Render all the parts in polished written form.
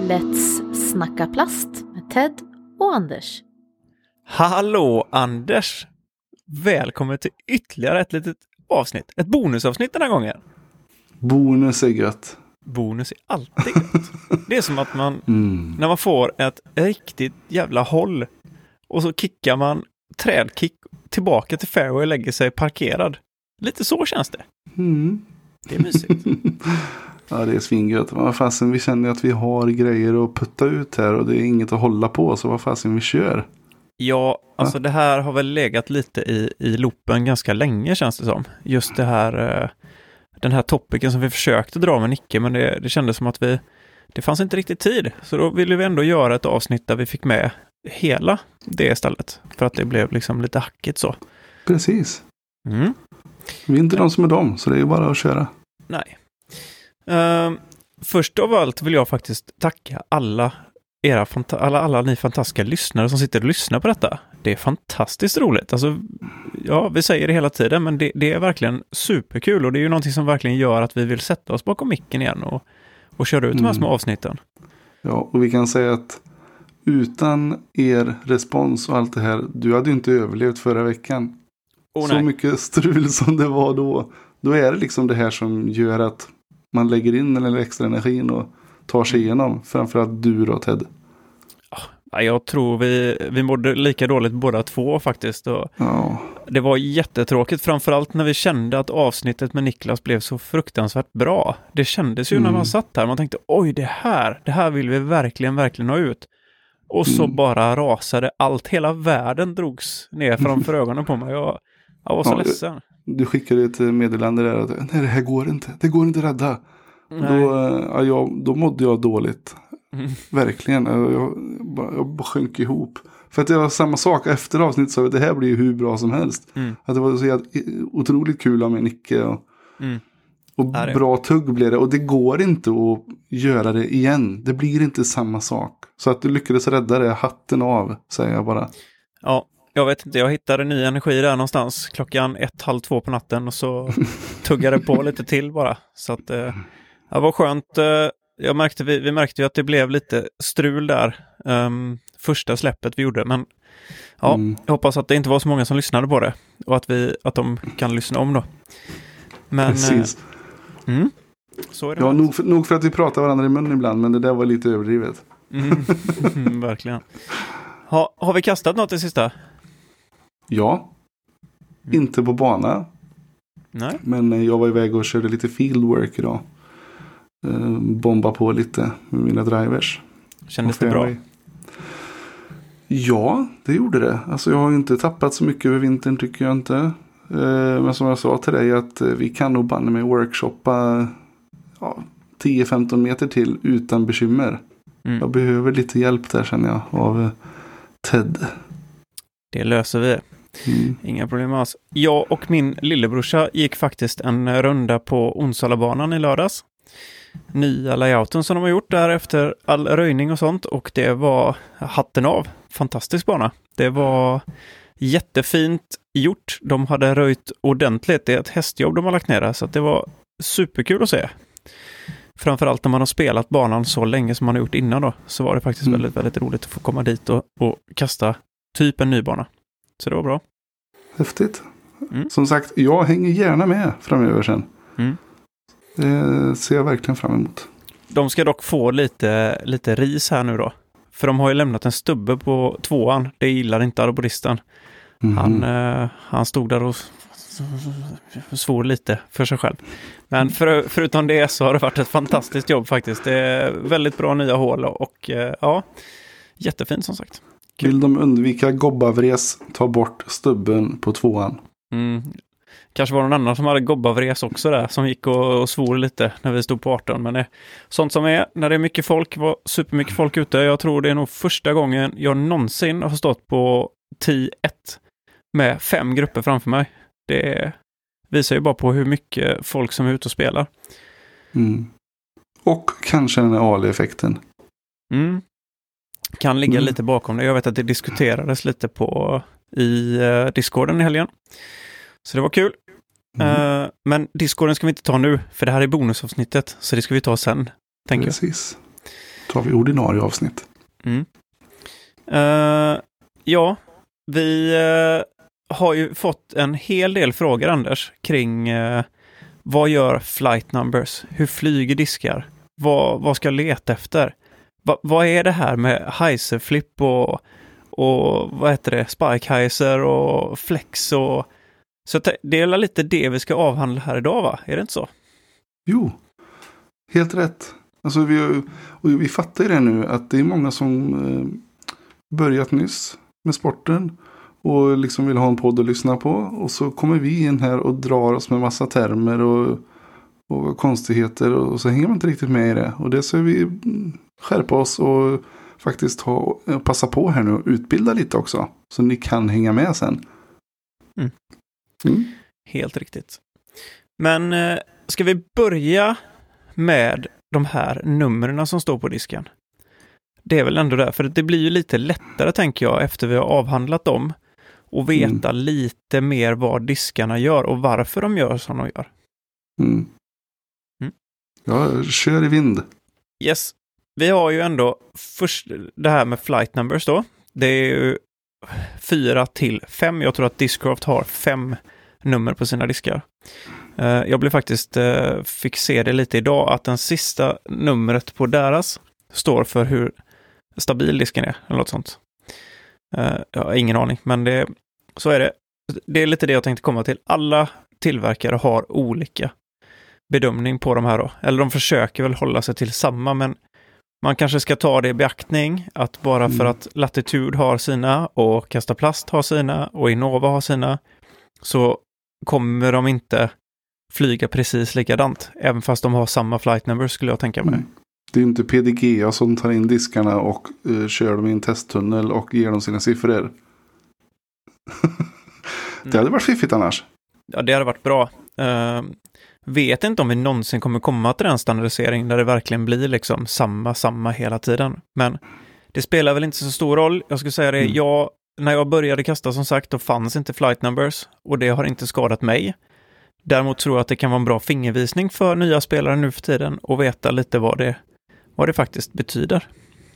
Let's snacka plast med Ted och Anders. Hallå Anders! Välkommen till ytterligare ett litet avsnitt. Ett bonusavsnitt den här gången. Bonus är gött. Bonus är alltid gött. Det är som att man, när man får ett riktigt jävla håll och så kickar man trädkick tillbaka till fairway och lägger sig parkerad. Lite så känns det. Det är mysigt. Ja, det är svingött. Vad fasen, vi känner att vi har grejer att putta ut här och det är inget att hålla på, så vad fasen vi kör. Ja, alltså det här har väl legat lite i loopen ganska länge känns det som. Just det här, den här topicen som vi försökte dra med Nicke, men det kändes som att det fanns inte riktigt tid. Så då ville vi ändå göra ett avsnitt där vi fick med hela det istället. För att det blev liksom lite hackigt så. Precis. Vi är inte de som är de, så det är ju bara att köra. Nej. Först av allt vill jag faktiskt tacka alla ni fantastiska lyssnare som sitter och lyssnar på detta. Det är fantastiskt roligt. Alltså, ja, vi säger det hela tiden, men det är verkligen superkul och det är ju någonting som verkligen gör att vi vill sätta oss bakom micken igen och köra ut de här små avsnitten. Ja, och vi kan säga att utan er respons och allt det här, du hade ju inte överlevt förra veckan. Så mycket strul som det var då är det liksom det här som gör att man lägger in den extra energin och tar sig igenom, framförallt du då, Ted. Ja, jag tror vi mådde lika dåligt båda två faktiskt. Och det var jättetråkigt, framförallt när vi kände att avsnittet med Niklas blev så fruktansvärt bra. Det kändes ju när man satt här, man tänkte, oj det här vill vi verkligen ha ut. Och så bara rasade allt, hela världen drogs ner framför ögonen på mig. Jag var så ledsen. Du skickade ett meddelande där att nej, det här går inte. Det går inte att rädda. Då mådde jag dåligt. Verkligen. Jag sjönk ihop. För att det var samma sak efter avsnittet, så det här blir ju hur bra som helst. Att det var så otroligt kul med Nicke och bra tugg blev det. Och det går inte att göra det igen. Det blir inte samma sak. Så att du lyckades rädda det, hatten av, säger jag bara. Ja. Jag vet inte, jag hittade ny energi där någonstans klockan 1:30 på natten och så tuggade på lite till bara. Så att det var skönt. Vi märkte ju att det blev lite strul där första släppet vi gjorde. Men ja, jag hoppas att det inte var så många som lyssnade på det och att de kan lyssna om då. Men, precis. Så är det. Ja, nog för att vi pratar varandra i munnen ibland, men det där var lite överdrivet. Verkligen. Har vi kastat något i sista? Ja. Inte på bana. Nej. Men jag var iväg och körde lite fieldwork idag. Bomba på lite med mina drivers. Kändes det bra? Ja, det gjorde det. Alltså jag har ju inte tappat så mycket över vintern, tycker jag inte. Men som jag sa till dig, att vi kan nog banne med workshoppa 10-15 meter till utan bekymmer. Jag behöver lite hjälp där, känner jag, av Ted. Det löser vi. Inga problem alls. Jag och min lillebrorsa gick faktiskt en runda på Onsalabanan i lördags. Nya layouten som de har gjort där efter all röjning och sånt. Och det var hatten av. Fantastisk bana. Det var jättefint gjort. De hade röjt ordentligt. Det är ett hästjobb de har lagt ner där. Så att det var superkul att se. Framförallt när man har spelat banan så länge som man har gjort innan då. Så var det faktiskt väldigt, väldigt roligt att få komma dit och kasta typ en ny bana. Så det var bra. Häftigt. Som sagt, jag hänger gärna med framöver sen. Det ser jag verkligen fram emot. De ska dock få lite ris här nu då. För de har ju lämnat en stubbe på 2:an. Det gillar inte arboristen. Han stod där och svor lite för sig själv. Men förutom det så har det varit ett fantastiskt jobb faktiskt. Det är väldigt bra nya hål och jättefint som sagt. Kul. Vill de undvika gobbavres, ta bort stubben på 2:an. Kanske var någon annan som hade gobbavres också där, som gick och svor lite när vi stod på 18. Men sånt som är, när det är mycket folk, var supermycket folk ute. Jag tror det är nog första gången jag någonsin har stått på 10-1 med 5 grupper framför mig. Det visar ju bara på hur mycket folk som är ute och spelar. Och kanske den här Ali-effekten. Kan ligga lite bakom det. Jag vet att det diskuterades lite i Discorden i helgen. Så det var kul. Men Discorden ska vi inte ta nu, för det här är bonusavsnittet. Så det ska vi ta sen, tänker jag. Precis. tar vi ordinarie avsnitt. Ja, vi har ju fått en hel del frågor, Anders, kring vad gör flight numbers? Hur flyger diskar? Vad ska jag leta efter? Vad är det här med heiser-flip och vad heter det? Spike-heiser och flex och... Så det är lite det vi ska avhandla här idag, va? Är det inte så? Jo, helt rätt. Alltså vi fattar ju det nu att det är många som börjat nyss med sporten och liksom vill ha en podd att lyssna på. Och så kommer vi in här och drar oss med massa termer och konstigheter och så hänger man inte riktigt med i det. Och det ska vi skärpa oss och faktiskt passa på här nu och utbilda lite också. Så ni kan hänga med sen. Helt riktigt. Men ska vi börja med de här numren som står på disken? Det är väl ändå där, för det blir ju lite lättare, tänker jag, efter vi har avhandlat dem och veta lite mer vad diskarna gör och varför de gör som de gör. Ja, kör i vind. Yes. Vi har ju ändå först det här med flight numbers då. Det är ju 4 till 5. Jag tror att Discraft har 5 nummer på sina diskar. Jag blev faktiskt fick se det lite idag att den sista numret på deras står för hur stabil disken är eller något sånt. Jag har ingen aning, men så är det. Det är lite det jag tänkte komma till. Alla tillverkare har olika bedömning på de här då. Eller de försöker väl hålla sig till samma, men man kanske ska ta det i beaktning att bara för att Latitude har sina och Kasta Plast har sina och Innova har sina, så kommer de inte flyga precis likadant, även fast de har samma flight numbers, skulle jag tänka mig. Det är inte PDGA som tar in diskarna och kör dem i en testtunnel och ger dem sina siffror. Det hade varit fiffigt annars. Ja, det hade varit bra. Vet inte om vi någonsin kommer komma till den standardisering där det verkligen blir liksom samma hela tiden. Men det spelar väl inte så stor roll. Jag skulle säga det, när jag började kasta, som sagt, då fanns inte flight numbers och det har inte skadat mig. Däremot tror jag att det kan vara en bra fingervisning för nya spelare nu för tiden och veta lite vad det faktiskt betyder.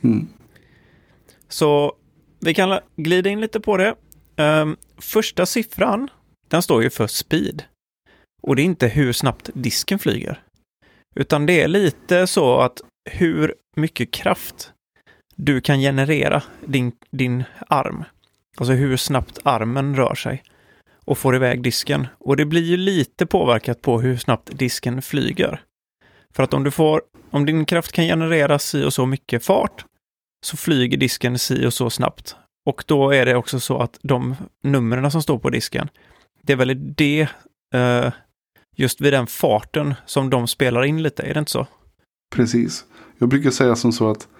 Så vi kan glida in lite på det. Första siffran, den står ju för speed. Och det är inte hur snabbt disken flyger. Utan det är lite så att hur mycket kraft du kan generera din arm. Alltså hur snabbt armen rör sig och får iväg disken. Och det blir ju lite påverkat på hur snabbt disken flyger. För att om din kraft kan generera si och så mycket fart, så flyger disken si och så snabbt. Och då är det också så att de numren som står på disken, det är väl det just vid den farten som de spelar in lite, är det inte så? Precis. Jag brukar säga som så att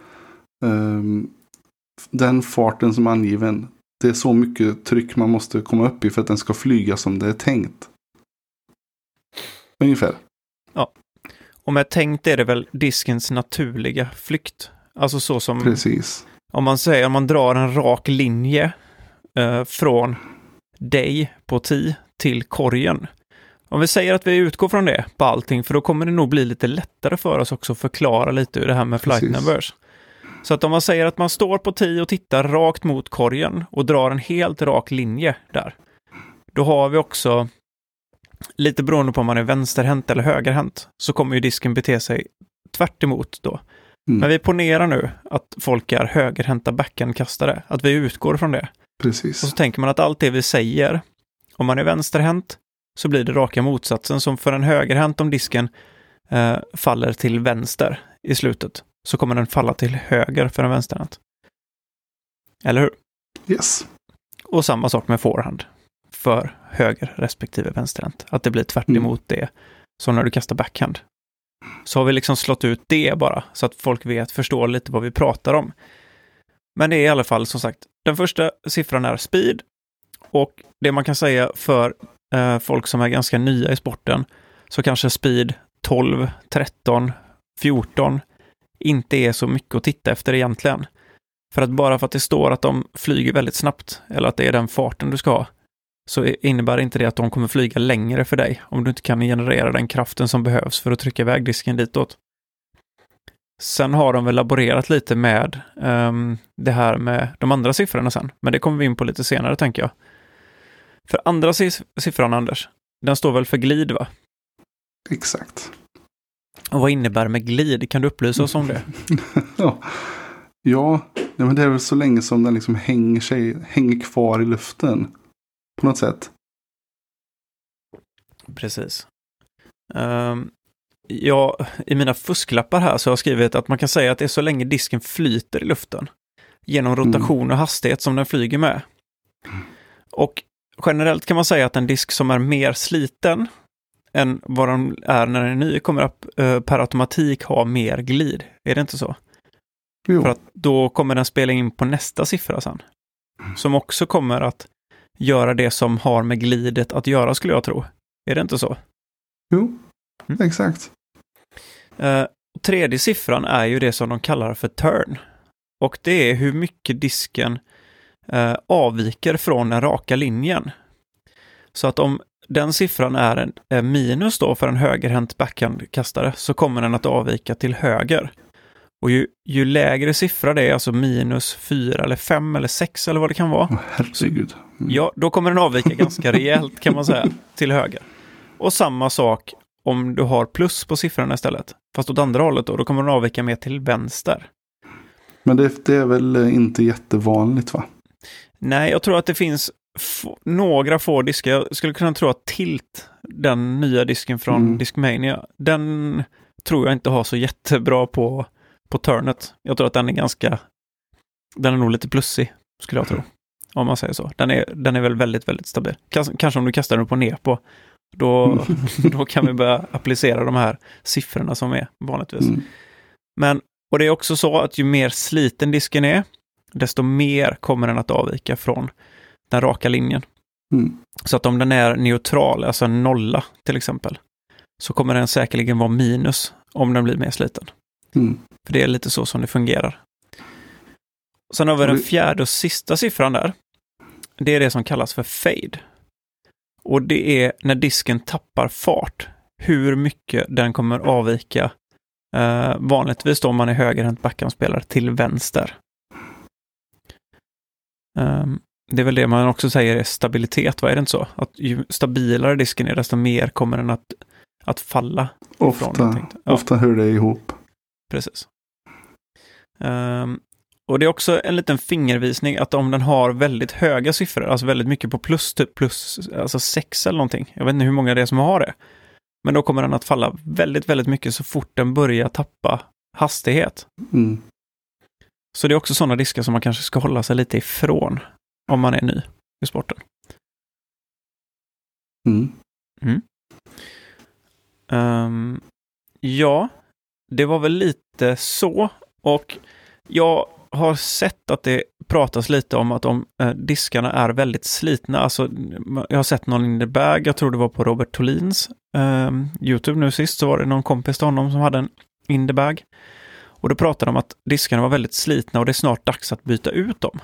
den farten som är angiven, det är så mycket tryck man måste komma upp i för att den ska flyga som det är tänkt. Ungefär. Ja. Och med tänkt är det väl diskens naturliga flykt. Alltså så som... Precis. Om man drar en rak linje från dig på 10 till korgen. Om vi säger att vi utgår från det på allting, för då kommer det nog bli lite lättare för oss också att förklara lite hur det här med flight numbers. Så att om man säger att man står på 10 och tittar rakt mot korgen och drar en helt rak linje där, då har vi också, lite beroende på om man är vänsterhänt eller högerhänt, så kommer ju disken bete sig tvärt emot då. Men vi ponerar nu att folk är högerhänta backhandkastare, att vi utgår från det. Precis. Och så tänker man att allt det vi säger, om man är vänsterhänt så blir det raka motsatsen, som för en högerhänt, om disken faller till vänster i slutet, så kommer den falla till höger för en vänsterhänt. Eller hur? Yes. Och samma sak med forehand för höger respektive vänsterhänt. Att det blir tvärt emot det som när du kastar backhand. Så har vi liksom slått ut det bara, så att folk förstår lite vad vi pratar om. Men det är i alla fall, som sagt, den första siffran är speed. Och det man kan säga för folk som är ganska nya i sporten, så kanske speed 12, 13, 14 inte är så mycket att titta efter egentligen. För att bara för att det står att de flyger väldigt snabbt, eller att det är den farten du ska ha, så innebär inte det att de kommer flyga längre för dig om du inte kan generera den kraften som behövs för att trycka iväg disken ditåt. Sen har de väl laborerat lite med det här med de andra siffrorna sen. Men det kommer vi in på lite senare, tänker jag. För andra siffran, Anders, den står väl för glid, va? Exakt. Och vad innebär med glid? Kan du upplysa oss om det? Ja, men det är väl så länge som den liksom hänger kvar i luften. På något sätt. Precis. I mina fusklappar här så har jag skrivit att man kan säga att det är så länge disken flyter i luften. Genom rotation och hastighet som den flyger med. Och generellt kan man säga att en disk som är mer sliten än vad den är när den är ny kommer att per automatik ha mer glid. Är det inte så? Jo. För att då kommer den spela in på nästa siffra sen. Som också kommer att göra det som har med glidet att göra, skulle jag tro. Är det inte så? Jo, exakt. Tredje siffran är ju det som de kallar för turn. Och det är hur mycket disken avviker från den raka linjen. Så att om den siffran är en minus då för en högerhänt backhandkastare, så kommer den att avvika till höger. Och ju lägre siffra det är, alltså minus 4 eller 5 eller 6 eller vad det kan vara. Herregud. Ja, då kommer den avvika ganska rejält, kan man säga, till höger. Och samma sak om du har plus på siffrorna istället. Fast åt andra hållet då kommer den avvika mer till vänster. Men det är väl inte jättevanligt, va? Nej, jag tror att det finns några få diskar. Jag skulle kunna tro att Tilt, den nya disken från Discmania, den tror jag inte har så jättebra på turnet. Jag tror att den är nog lite plussig, skulle jag tro. Om man säger så. Den är väl väldigt, väldigt stabil. Kanske om du kastar den på Nepo, då kan vi börja applicera de här siffrorna som är vanligtvis. Och det är också så att ju mer sliten disken är, desto mer kommer den att avvika från den raka linjen. Så att om den är neutral, alltså en nolla till exempel, så kommer den säkerligen vara minus om den blir mer sliten. För det är lite så som det fungerar. Sen har vi den fjärde och sista siffran där. Det är det som kallas för fade. Och det är när disken tappar fart. Hur mycket den kommer avvika vanligtvis då om man är högerhänt backhandspelare till vänster. Det är väl det man också säger är stabilitet, vad är det inte så? Att ju stabilare disken är, desto mer kommer den att falla. Ofta hör det ihop. Precis. Och det är också en liten fingervisning att om den har väldigt höga siffror, alltså väldigt mycket på plus, typ plus alltså 6 eller någonting. Jag vet inte hur många det är som har det. Men då kommer den att falla väldigt, väldigt mycket så fort den börjar tappa hastighet. Så det är också sådana diskar som man kanske ska hålla sig lite ifrån om man är ny i sporten. Ja, det var väl lite så. Och jag har sett att det pratas lite om att diskarna är väldigt slitna. Alltså, jag har sett någon in the bag, jag tror det var på Robert Tolins YouTube nu sist, så var det någon kompis till honom som hade en in the bag. Och då pratade de om att diskarna var väldigt slitna och det är snart dags att byta ut dem.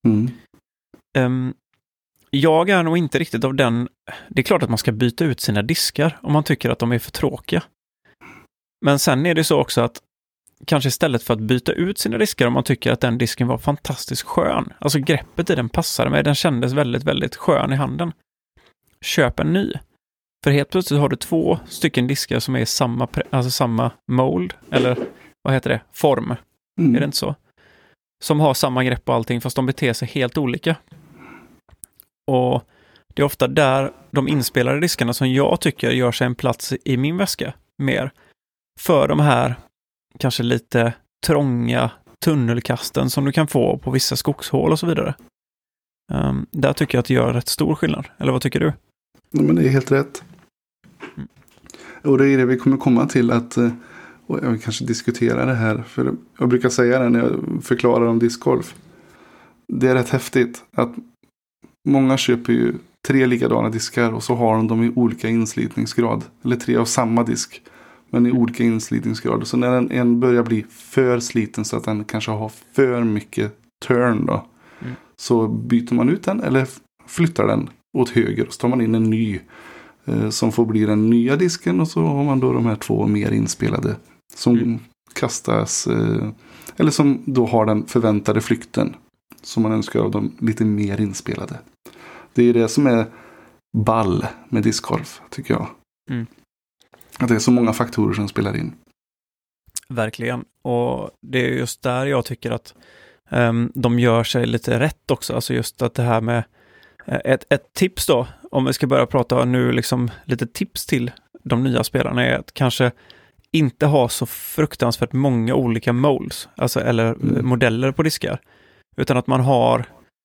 Jag är nog inte riktigt av den. Det är klart att man ska byta ut sina diskar om man tycker att de är för tråkiga. Men sen är det så också att kanske istället för att byta ut sina diskar, om man tycker att den disken var fantastiskt skön, alltså greppet i den passade mig, den kändes väldigt, väldigt skön i handen. Köp en ny. För helt plötsligt har du 2 stycken diskar som är samma mold, eller vad heter det? Form. Är det inte så? Som har samma grepp och allting, fast de beter sig helt olika. Och det är ofta där de inspelade diskarna som jag tycker gör sig en plats i min väska mer. För de här kanske lite trånga tunnelkasten som du kan få på vissa skogshål och så vidare. Där tycker jag att det gör rätt stor skillnad. Eller vad tycker du? Ja, men det är helt rätt. Och det är det vi kommer komma till att, och jag vill kanske diskutera det här, för jag brukar säga det när jag förklarar om discgolf. Det är rätt häftigt att många köper ju 3 likadana diskar och så har de dem i olika inslitningsgrad. Eller 3 av samma disk, men i olika inslitningsgrad. Så när en börjar bli för sliten så att den kanske har för mycket turn då, så byter man ut den eller flyttar den åt höger och så tar man in en ny som får bli den nya disken, och så har man då de här 2 mer inspelade som kastas eller som då har den förväntade flykten som man önskar av dem lite mer inspelade. Det är det som är ball med discgolf, tycker jag. Att det är så många faktorer som spelar in. Verkligen. Och det är just där jag tycker att de gör sig lite rätt också. Alltså just att det här med ett tips då, om vi ska börja prata nu liksom lite tips till de nya spelarna, är att kanske inte ha så fruktansvärt många olika molds, alltså eller modeller på diskar, utan att man har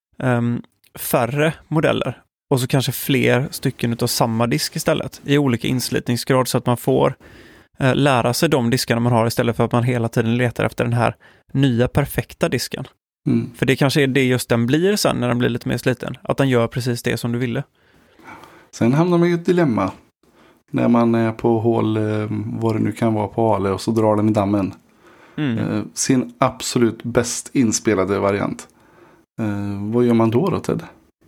färre modeller och så kanske fler stycken utav samma disk istället i olika inslitningsgrad, så att man får lära sig de diskarna man har istället för att man hela tiden letar efter den här nya perfekta disken. För det kanske är det just den blir sen när den blir lite mer sliten, att den gör precis det som du ville. Sen hamnar man i ett dilemma när man är på hål, vad det nu kan vara på Ale, och så drar den i dammen. Sin absolut bäst inspelade variant. Vad gör man då Ted?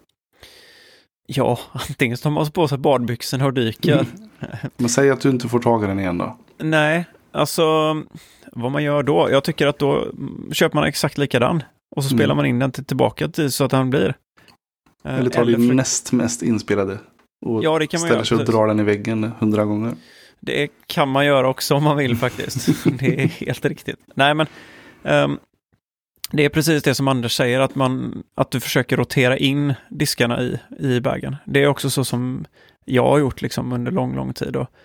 Ja, antingen tar man på sig badbyxorna och dyker. Men säg att du inte får tag i den igen då. Nej, alltså vad man gör då? Jag tycker att då köper man exakt likadan och så spelar man in den tillbaka till så att den blir. Eller tar din näst mest inspelade och det kan man ställer sig göra, och drar den i väggen 100 gånger. Det kan man göra också om man vill faktiskt. Det är helt riktigt. Nej, men det är precis det som Anders säger, att du försöker rotera in diskarna i bagen. Det är också så som jag har gjort liksom under lång tid. Och,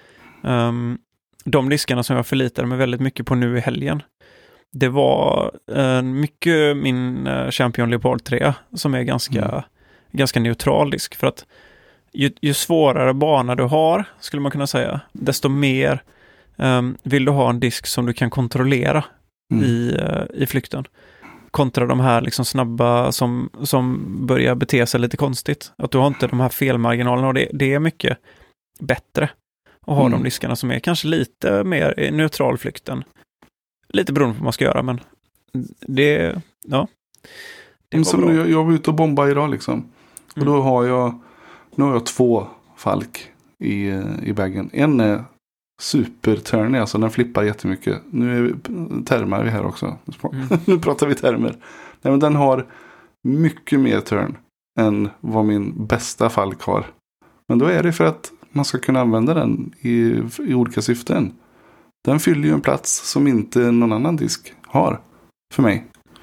de diskarna som jag förlitade mig väldigt mycket på nu i helgen, det var mycket min Champion Leopard 3 som är ganska neutral disk, för att ju svårare bana du har, skulle man kunna säga, desto mer vill du ha en disk som du kan kontrollera i flykten. Kontra de här liksom snabba som börjar bete sig lite konstigt. Att du har inte de här felmarginalerna, och det är mycket bättre att ha de diskarna som är kanske lite mer neutral flykten. Lite beroende på vad man ska göra, men det var som bra. Jag var ute och bombade idag liksom. Och då har jag 2 falk i baggen. En är superturnig, alltså den flippar jättemycket. Nu termar vi här också. Nu pratar vi termer. Nej, men den har mycket mer turn än vad min bästa falk har. Men då är det för att man ska kunna använda den i olika syften. Den fyller ju en plats som inte någon annan disk har för mig.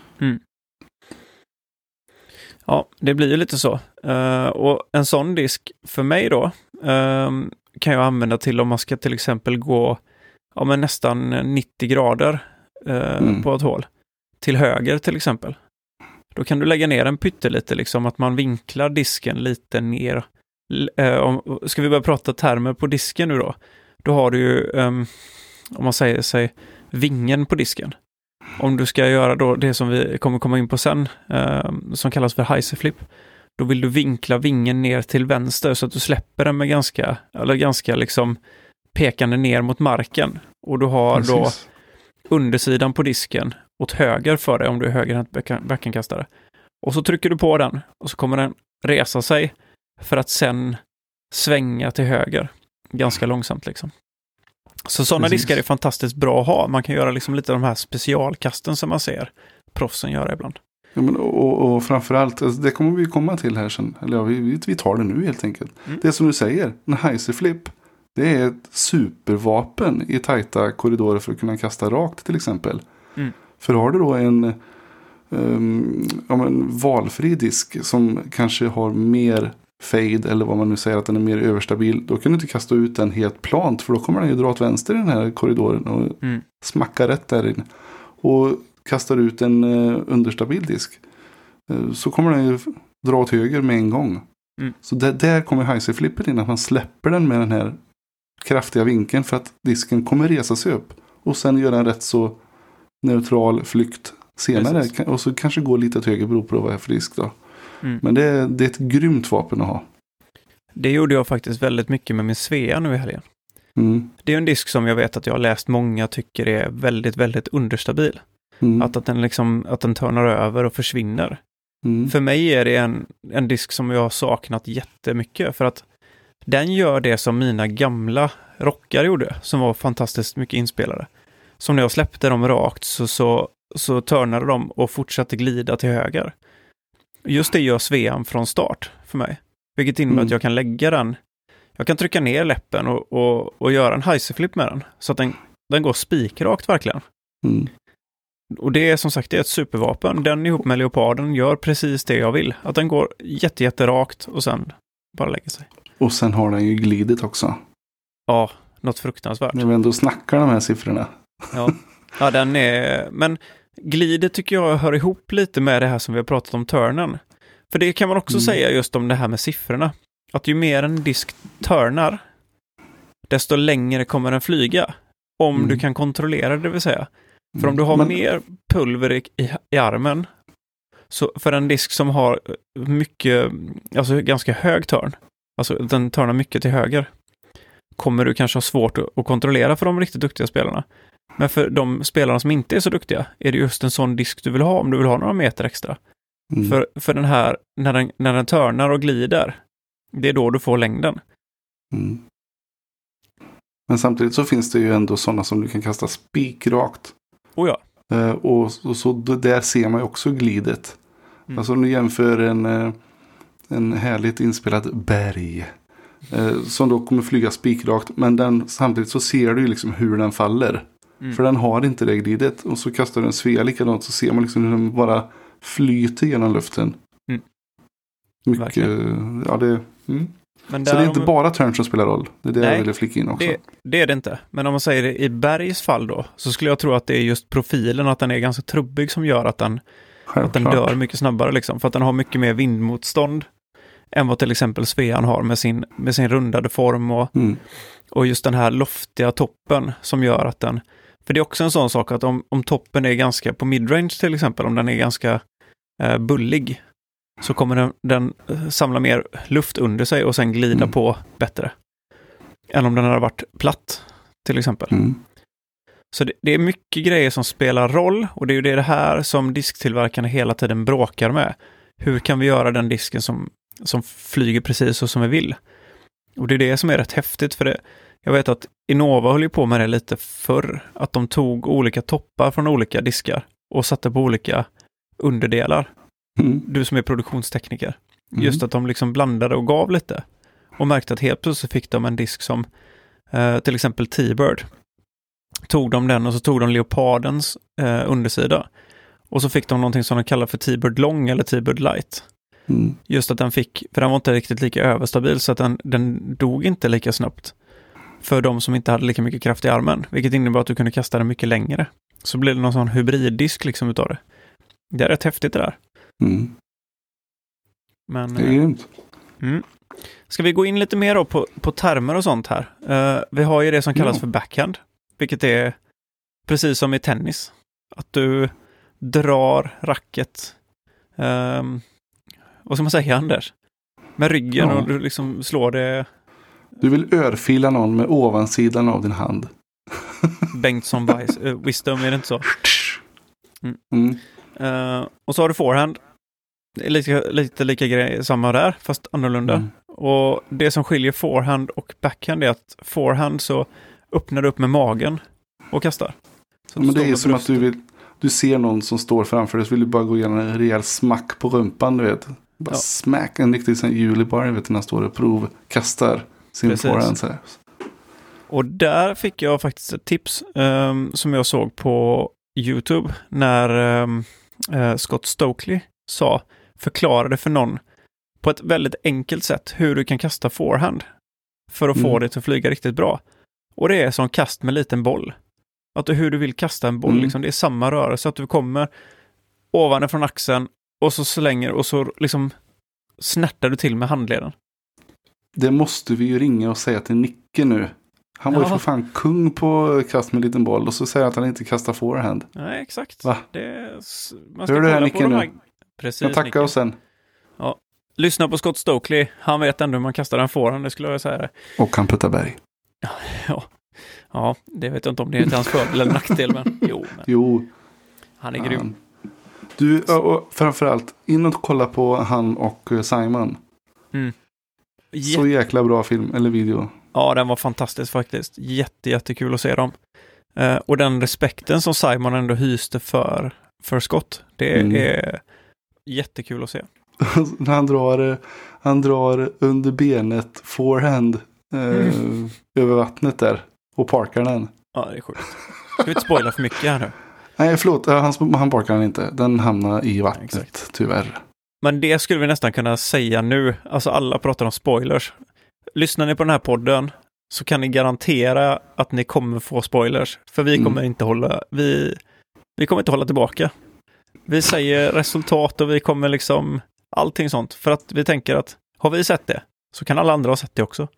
Ja, det blir ju lite så. Och en sån disk för mig då kan jag använda till om man ska till exempel gå nästan 90 grader på ett hål. Till höger till exempel. Då kan du lägga ner en pyttelite, liksom att man vinklar disken lite ner. Ska vi börja prata termer på disken nu då? Då har du ju, om man säger sig, vingen på disken. Om du ska göra då det som vi kommer komma in på sen, som kallas för heiserflip, då vill du vinkla vingen ner till vänster så att du släpper den med ganska liksom pekande ner mot marken. Och du har då undersidan på disken åt höger för dig om du är högerhänt backenkastare. Och så trycker du på den och så kommer den resa sig för att sen svänga till höger ganska långsamt liksom. Så sådana diskar är fantastiskt bra att ha. Man kan göra liksom lite av de här specialkasten som man ser proffsen göra ibland. Ja, men, och framförallt, alltså, det kommer vi komma till här sen. Eller ja, vi tar det nu helt enkelt. Det som du säger, en heiserflip, det är ett supervapen i tajta korridorer för att kunna kasta rakt till exempel. För har du då en valfri disk som kanske har mer fade, eller vad man nu säger, att den är mer överstabil, då kan du inte kasta ut den helt plant, för då kommer den ju dra åt vänster i den här korridoren och smacka rätt där inne. Och kastar ut en understabil disk, så kommer den ju dra åt höger med en gång. Så där kommer heiserflippen in, att man släpper den med den här kraftiga vinkeln för att disken kommer resa sig upp och sen göra en rätt så neutral flykt senare. Precis. Och så kanske gå lite åt höger, beror på vad det är för disk då. Men det är ett grymt vapen att ha. Det gjorde jag faktiskt väldigt mycket med min Svea nu i helgen. Det är en disk som jag vet att jag har läst många tycker är väldigt, väldigt understabil. Att den törnar över och försvinner. För mig är det en disk som jag har saknat jättemycket, för att den gör det som mina gamla rockar gjorde, som var fantastiskt mycket inspelare. som när jag släppte dem rakt så turnade de och fortsatte glida till höger. Just det gör Svean från start för mig. Vilket innebär att jag kan lägga den. Jag kan trycka ner läppen och göra en heiserflip med den. Så att den går spikrakt verkligen. Mm. Och det är som sagt det är ett supervapen. Den ihop med leoparden gör precis det jag vill. Att den går jätterakt och sen bara lägger sig. Och sen har den ju glidit också. Ja, något fruktansvärt. När vi ändå snackar de här siffrorna. Ja, den är... Men glidet tycker jag hör ihop lite med det här som vi har pratat om turnen. För det kan man också säga just om det här med siffrorna. Att ju mer en disk turnar, desto längre kommer den flyga. Om du kan kontrollera det vill säga. För om du har mer pulver i armen, så för en disk som har mycket, alltså ganska hög turn, alltså den turnar mycket till höger, kommer du kanske ha svårt att kontrollera för de riktigt duktiga spelarna. Men för de spelarna som inte är så duktiga är det just en sån disk du vill ha om du vill ha några meter extra. För den här, när den turnar och glider, det är då du får längden. Men samtidigt så finns det ju ändå sådana som du kan kasta spikrakt. Oh ja. Och så där ser man ju också glidet. Alltså om du jämför en härligt inspelad berg som då kommer flyga spikrakt, men samtidigt så ser du ju liksom hur den faller. För den har inte det glidet. Och så kastar du en Svea likadant, så ser man liksom hur den bara flyter genom luften. Mycket, ja det... Men så det är inte bara turn som spelar roll. Det är det jag ville flika in också. Det är det inte. Men om man säger det i Bergs fall då, så skulle jag tro att det är just profilen, att den är ganska trubbig som gör att den dör mycket snabbare liksom. För att den har mycket mer vindmotstånd än vad till exempel Svean har med sin rundade form och just den här loftiga toppen som gör att den... För det är också en sån sak att om toppen är ganska på midrange till exempel, om den är ganska bullig, så kommer den samla mer luft under sig och sen glida på bättre. Än om den har varit platt, till exempel. Så det är mycket grejer som spelar roll, och det är ju det här som disktillverkarna hela tiden bråkar med. Hur kan vi göra den disken som flyger precis så som vi vill? Och det är det som är rätt häftigt, för det. Jag vet att Innova höll ju på med det lite förr, att de tog olika toppar från olika diskar och satte på olika underdelar. Du som är produktionstekniker. Just att de liksom blandade och gav lite. Och märkte att helt plötsligt fick de en disk som till exempel T-Bird. Tog de den och så tog de leopardens undersida. Och så fick de någonting som de kallar för T-Bird Long eller T-Bird Light. Just att den fick, för den var inte riktigt lika överstabil, så att den dog inte lika snabbt. För de som inte hade lika mycket kraft i armen. Vilket innebar att du kunde kasta den mycket längre. Så blev det någon sån hybriddisk liksom utav det. Det är rätt häftigt det där. Men, det är grymt. Ska vi gå in lite mer då på termer och sånt här? Vi har ju det som kallas för backhand. Vilket är precis som i tennis. Att du drar racket. Vad ska man säga, Anders? Med ryggen och du liksom slår det. Du vill örfila någon med ovansidan av din hand. Bengtsson Wisdom, är det inte så? Och så har du forehand. Det är lite lika grej, samma där, fast annorlunda. Och det som skiljer forehand och backhand är att forehand så öppnar du upp med magen och kastar. Så men det är som att du ser någon som står framför dig, så vill du bara gå igenom en rejäl smack på rumpan, du vet. Bara smack, en riktig sån Julie-bar, vet, när han står och provkastar sin forehand så här. Och där fick jag faktiskt ett tips som jag såg på YouTube när Scott Stokely förklarade för någon på ett väldigt enkelt sätt hur du kan kasta forehand för att få det att flyga riktigt bra. Och det är som kast med liten boll. Att hur du vill kasta en boll, liksom, det är samma rörelse, att du kommer ovanifrån axeln och så slänger och så liksom snärtar du till med handleden. Det måste vi ju ringa och säga till Nicke nu. Han var ju för fan kung på kast med liten boll, och så säger att han inte kastar forehand. Nej, exakt. Va? Man ska hör du här, Nicke, nu? Precis, jag tackar oss sen. Ja. Lyssna på Scott Stokely. Han vet ändå hur man kastar en forehand, det skulle jag säga. Och han puttar berg. Ja, det vet jag inte om det är till hans fördel eller nackdel, men jo. Han är grym. Du, och framförallt, in och kolla på han och Simon. Så jäkla bra film, eller video. Ja, den var fantastisk faktiskt. Jättekul att se dem. Och den respekten som Simon ändå hyste för Scott, det är jättekul att se. När han drar under benet forehand över vattnet där och parkar den. Ja, det är sjukt. Ska vi inte spoila för mycket här nu? Nej, förlåt. Han parkar den inte. Den hamnar i vattnet, tyvärr. Men det skulle vi nästan kunna säga nu. Alltså alla pratar om spoilers. Lyssnar ni på den här podden så kan ni garantera att ni kommer få spoilers. För vi kommer inte hålla tillbaka. Vi säger resultat och vi kommer liksom allting sånt. För att vi tänker att har vi sett det så kan alla andra ha sett det också.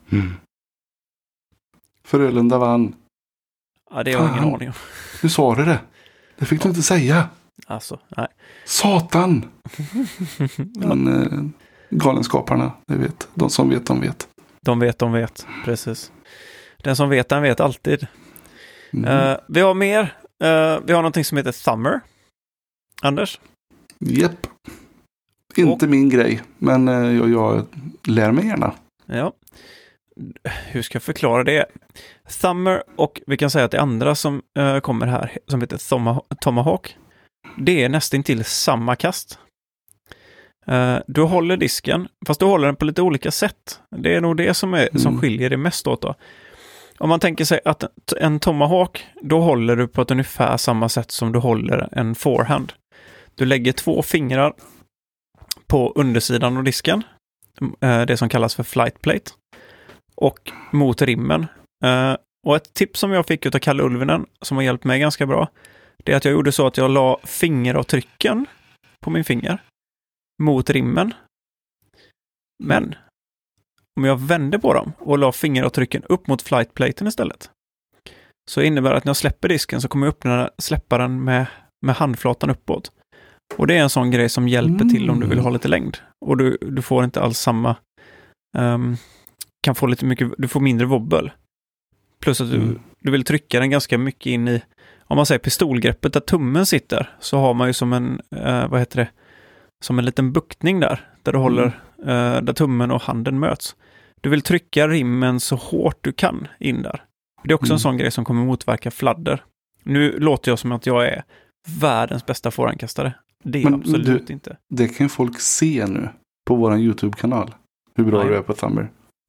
Frölunda vann. Ja, det har jag ingen aning om. Hur sa du det? Det fick du inte säga. Alltså, nej. Satan! Men galenskaparna, det vet. De som vet, de vet. De vet. Precis. Den som vet, den vet alltid. Vi har mer. Vi har någonting som heter Summer. Anders? Japp. Inte min grej, men jag lär mig gärna. Ja. Hur ska jag förklara det? Summer och vi kan säga att det andra som kommer här som heter Tomahawk, det är nästan till samma kast. Du håller disken, fast du håller den på lite olika sätt. Det är nog det som skiljer det mest åt då. Om man tänker sig att en Tomahawk, då håller du på ett ungefär samma sätt som du håller en forehand. Du lägger 2 fingrar på undersidan av disken, det som kallas för flight plate, och mot rimmen. Och ett tips som jag fick av Kalle Ulvinen, som har hjälpt mig ganska bra, det är att jag gjorde så att jag la fingeravtrycken på min finger mot rimmen. Men om jag vände på dem och la fingeravtrycken upp mot flightplaten istället, så innebär det att när jag släpper disken så kommer jag släppa den med handflatan uppåt. Och det är en sån grej som hjälper till om du vill ha lite längd. Och du får inte alls samma kan få lite mycket, du får mindre wobbel. Plus att du vill trycka den ganska mycket in i, om man säger pistolgreppet där tummen sitter, så har man ju som en som en liten buktning där du håller där tummen och handen möts. Du vill trycka rimmen så hårt du kan in där. Det är också en sån grej som kommer motverka fladder. Nu låter jag som att jag är världens bästa forehandkastare. Det är absolut inte. Det kan folk se nu på våran YouTube-kanal. Hur bra du är på Summer.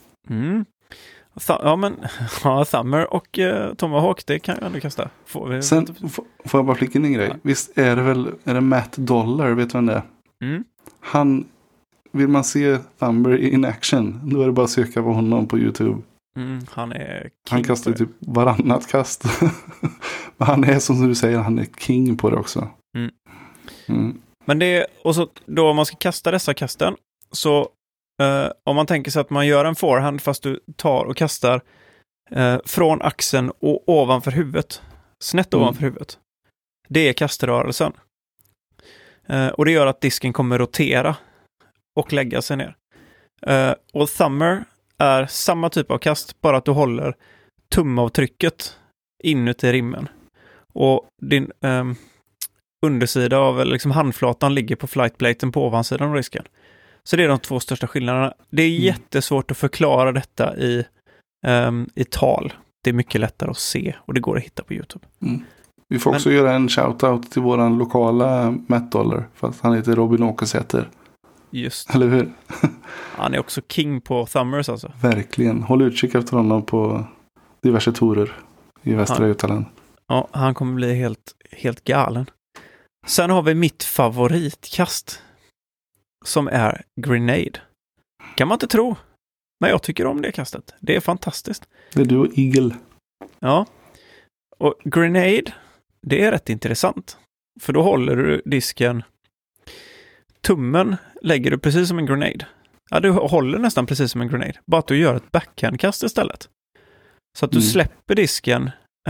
Summer och Tomahawk, det kan jag ändå kasta. Sen får jag bara flika in en grej. Ja. Visst är det Matt Dollar, vet du vem det är? Han, vill man se Summer in action, då är det bara att söka på honom på YouTube. Han kastar typ varannat kast. Men han är, som du säger, han är king på det också. Men det, och så då om man ska kasta dessa kasten, så om man tänker sig att man gör en forehand fast du tar och kastar från axeln och ovanför huvudet, snett ovanför huvudet. Det är kaströrelsen. Och det gör att disken kommer rotera och lägga sig ner. Och Summer är samma typ av kast, bara att du håller tumavtrycket inuti rimmen. Och din undersida av liksom handflatan ligger på flightplaten på ovansidan av disken. Så det är de 2 största skillnaderna. Det är jättesvårt att förklara detta i tal. Det är mycket lättare att se och det går att hitta på YouTube. Vi får också göra en shoutout till våran lokala Matt Dollar, för att han heter Robin Åkersäter. Just. Eller hur? Han är också king på Thumbers alltså. Verkligen. Håll utkik efter honom på diverse torer i Västra Götaland. Ja, han kommer bli helt galen. Sen har vi mitt favoritkast, som är Grenade. Kan man inte tro. Men jag tycker om det kastet. Det är fantastiskt. Det är du och Eagle. Ja. Och Grenade, det är rätt intressant. För då håller du disken, tummen lägger du precis som en grenade. Ja, du håller nästan precis som en grenade. Bara att du gör ett backhandkast istället. Så att du släpper disken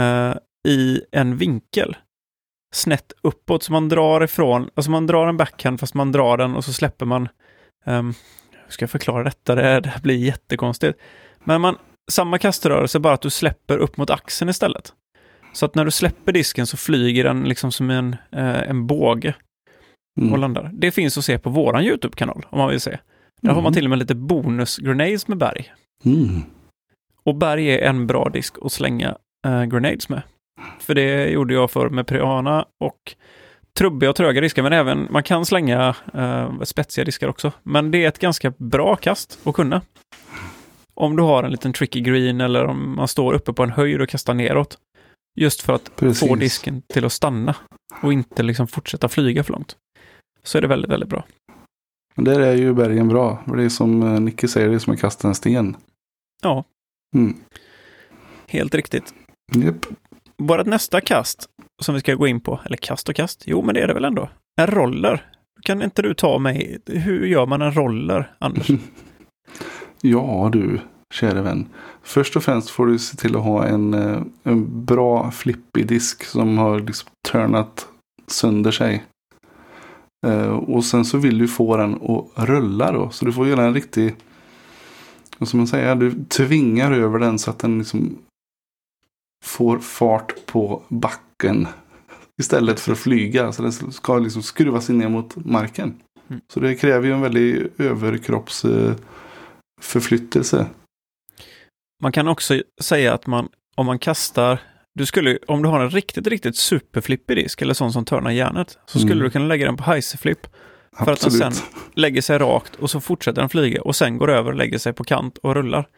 i en vinkel. Snett uppåt. Så man drar ifrån. Alltså man drar en backhand fast man drar den och så släpper man. Hur ska jag förklara detta? Det blir jättekonstigt. Men samma kaströrelse, bara att du släpper upp mot axeln istället. Så att när du släpper disken så flyger den liksom som en båge och landar. Det finns att se på våran YouTube-kanal om man vill se. Där har man till och med lite bonus-grenades med berg. Och berg är en bra disk att slänga grenades med. För det gjorde jag för med Piranha och trubbiga och tröga diskar, men även man kan slänga spetsiga diskar också. Men det är ett ganska bra kast att kunna. Om du har en liten tricky green eller om man står uppe på en höjd och kastar neråt. Just för att få disken till att stanna och inte liksom fortsätta flyga för långt. Så är det väldigt, väldigt bra. Men där är ju bergen bra. Det är som Nicky säger, det är som att kasta en sten. Ja. Helt riktigt. Yep. Bara nästa kast som vi ska gå in på, eller kast och kast, jo men det är det väl ändå. En roller. Kan inte du ta mig, hur gör man en roller, Anders? Ja du, kära vän. Först och främst får du se till att ha en bra flippig disk som har liksom turnat sönder sig. Och sen så vill du få den att rulla då. Så du får göra en riktig, som man säger, du tvingar över den så att den liksom får fart på backen istället för att flyga. Så den ska liksom skruvas in ner mot marken. Så det kräver ju en väldigt överkroppsförflyttelse. Man kan också säga att om man kastar, om du har en riktigt, riktigt superflippig disk eller sån som törnar järnet, så skulle du kunna lägga den på heiserflip. För att den sen lägger sig rakt och så fortsätter den flyga och sen går över och lägger sig på kant och rullar.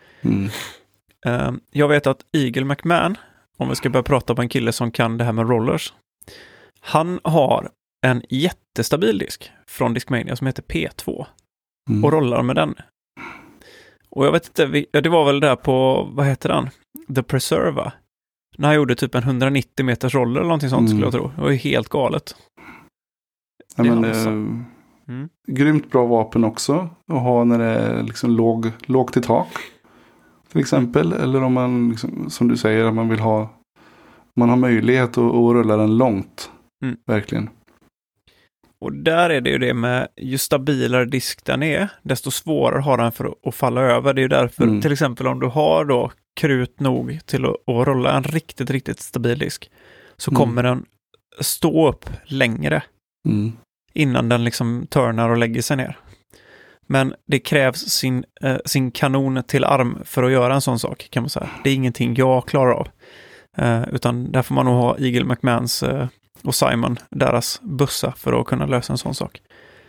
Jag vet att Eagle McMahon, om vi ska börja prata om en kille som kan det här med rollers, han har en jättestabil disk från Discmania som heter P2 och rollar med den. Och jag vet inte, det var väl där på, vad heter den? The Preserva. När han gjorde typ en 190 meters roller eller någonting sånt skulle jag tro. Det var ju helt galet. Ja, men, grymt bra vapen också att ha när det är liksom lågt i tak. Till exempel. Eller om man, liksom, som du säger, att man vill ha, man har möjlighet att rulla den långt. Verkligen. Och där är det ju det med, ju stabilare disk den är, desto svårare har den för att falla över. Det är ju därför, till exempel om du har då krut nog till att rulla en riktigt, riktigt stabil disk, så kommer den stå upp längre innan den liksom turnar och lägger sig ner. Men det krävs sin kanon till arm för att göra en sån sak, kan man säga. Det är ingenting jag klarar av. Utan där får man nog ha Eagle McMahons och Simon, deras bussa, för att kunna lösa en sån sak.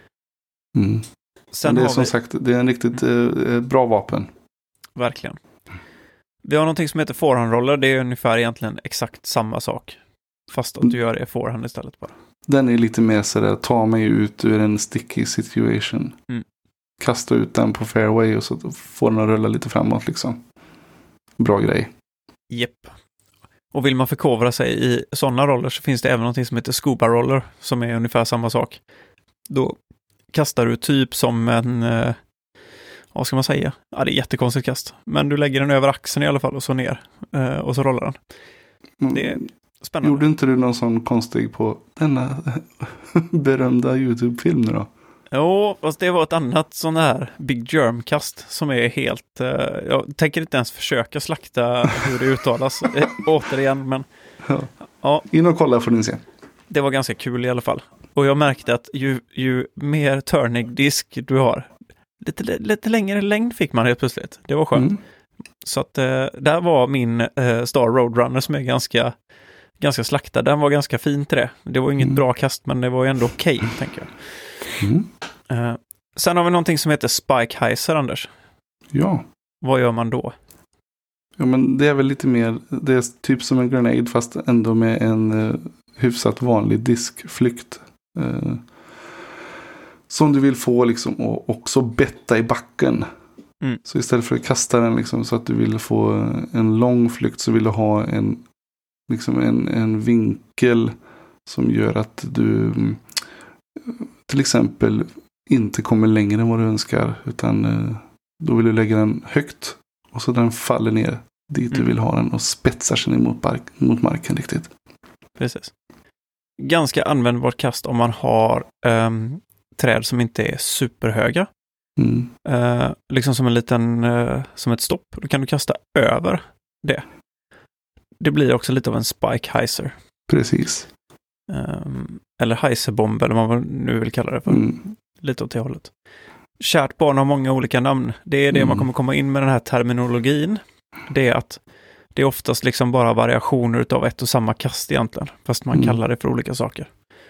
Sen det är som sagt, det är en riktigt bra vapen. Verkligen. Vi har någonting som heter forehandroller. Det är ungefär egentligen exakt samma sak. Fast att du gör det forehand istället bara. Den är lite mer sådär, ta mig ut ur en sticky situation. Kasta ut den på fairway och så får den att rulla lite framåt liksom. Bra grej. Japp. Och vill man förkovra sig i sådana roller så finns det även någonting som heter scuba roller som är ungefär samma sak. Då kastar du typ som en, vad ska man säga? Ja, det är jättekonstigt kast. Men du lägger den över axeln i alla fall och så ner. Och så rollar den. Det är spännande. Gjorde inte du någon sån konstig på denna berömda YouTube-film nu då? Jo, fast det var ett annat sån här Big Germ-kast som är helt... jag tänker inte ens försöka slakta hur det uttalas återigen, men... Ja. In och kolla får ni se. Det var ganska kul i alla fall. Och jag märkte att ju mer turnig disk du har, lite längre längd fick man helt plötsligt. Det var skönt. Så att där var min Star Roadrunner som är ganska slaktad. Den var ganska fin till det. Det var inget bra kast, men det var ju ändå okej, tänker jag. Sen har vi någonting som heter Spike Heiser, Anders. Ja. Vad gör man då? Ja, men det är väl lite mer, det är typ som en grenade fast ändå med en hyfsat vanlig diskflykt. Som du vill få liksom och också betta i backen. Så istället för att kasta den liksom så att du vill få en lång flykt, så vill du ha en vinkel som gör att du till exempel inte kommer längre än vad du önskar, utan då vill du lägga den högt och så den faller ner dit du vill ha den och spetsar sig ner mot marken riktigt. Precis. Ganska användbart kast om man har träd som inte är superhöga. Liksom som en liten som ett stopp. Då kan du kasta över det. Det blir också lite av en Spike Heiser. Precis. Eller Heiserbomb, eller vad man nu vill kalla det för. Lite åt det hållet. Kärt barn har många olika namn. Det är det man kommer komma in med den här terminologin. Det är att Det är oftast liksom bara variationer utav ett och samma kast egentligen. Fast man kallar det för olika saker.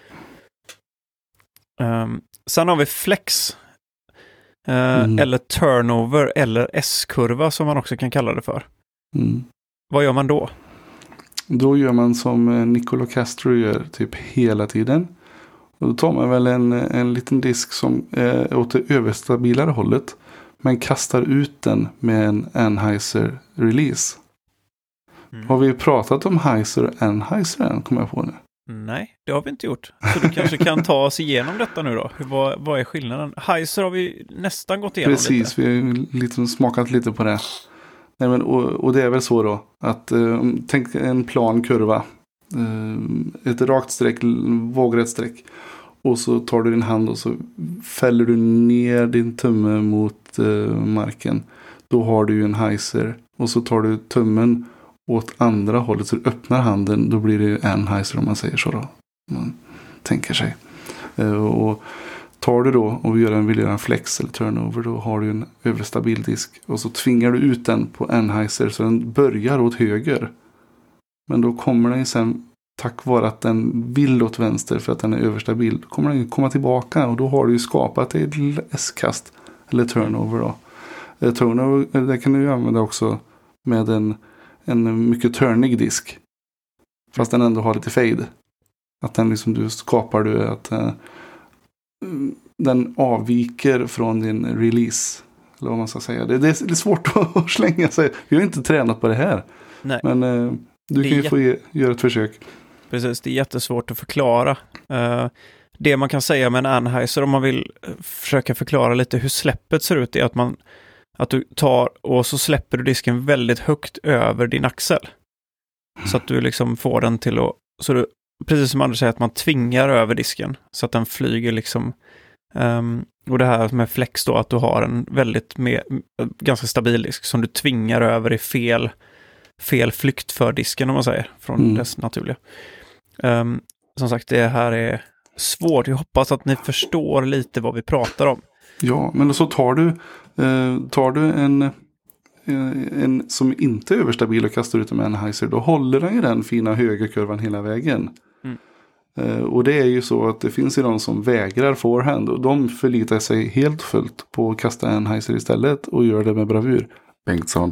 Sen har vi flex. Eller turnover eller S-kurva som man också kan kalla det för. Vad gör man då? Då gör man som Niccolo Castro gör typ hela tiden. Och då tar man väl en liten disk som är åt det överstabilare hållet. Men kastar ut den med en Anheuser release. Har vi pratat om Heiser och Anheuser än, kommer jag på nu? Nej, det har vi inte gjort. Så du kanske kan ta oss igenom detta nu då. Vad är skillnaden? Heiser har vi nästan gått igenom. Precis, lite. Vi har smakat lite på det. Nej, men, och det är väl så då att tänk en plan kurva. Ett rakt streck, vågrätt streck. Och så tar du din hand och så fäller du ner din tumme mot marken. Då har du ju en Heiser. Och så tar du tummen åt andra hållet så du öppnar handen. Då blir det en Heiser om man säger så då. Man tänker sig. Och tar du då och vill göra en flex eller turnover, då har du en överstabil disk. Och så tvingar du ut den på en Heiser så den börjar åt höger. Men då kommer den sen, tack vare att den vill åt vänster för att den är överstabil, kommer den komma tillbaka och då har du ju skapat ett S-kast eller turnover då. Turnover, det kan du ju använda också med en mycket turnig disk. Fast den ändå har lite fade. Att den liksom du skapar att den avviker från din release. Eller vad man ska säga. Det är svårt att slänga sig. Vi har inte tränat på det här. Nej. Men du kan ju få göra ett försök. Precis, det är jättesvårt att förklara. Det man kan säga med en Anheuser om man vill försöka förklara lite hur släppet ser ut är att du tar och så släpper du disken väldigt högt över din axel. Så att du liksom får den till att, så du, precis som Anders säger, att man tvingar över disken så att den flyger liksom. Och det här med flex då, att du har en ganska stabil disk som du tvingar över i fel flykt för disken om man säger, från dess naturliga. Som sagt, det här är svårt. Jag hoppas att ni förstår lite vad vi pratar om. Ja, men så tar du en som inte är överstabil och kastar ut med en Heiser, då håller den ju den fina högerkurvan hela vägen. Och det är ju så att det finns ju de som vägrar forehand och de förlitar sig helt fullt på att kasta en Heiser istället och gör det med bravur. Bengtsson.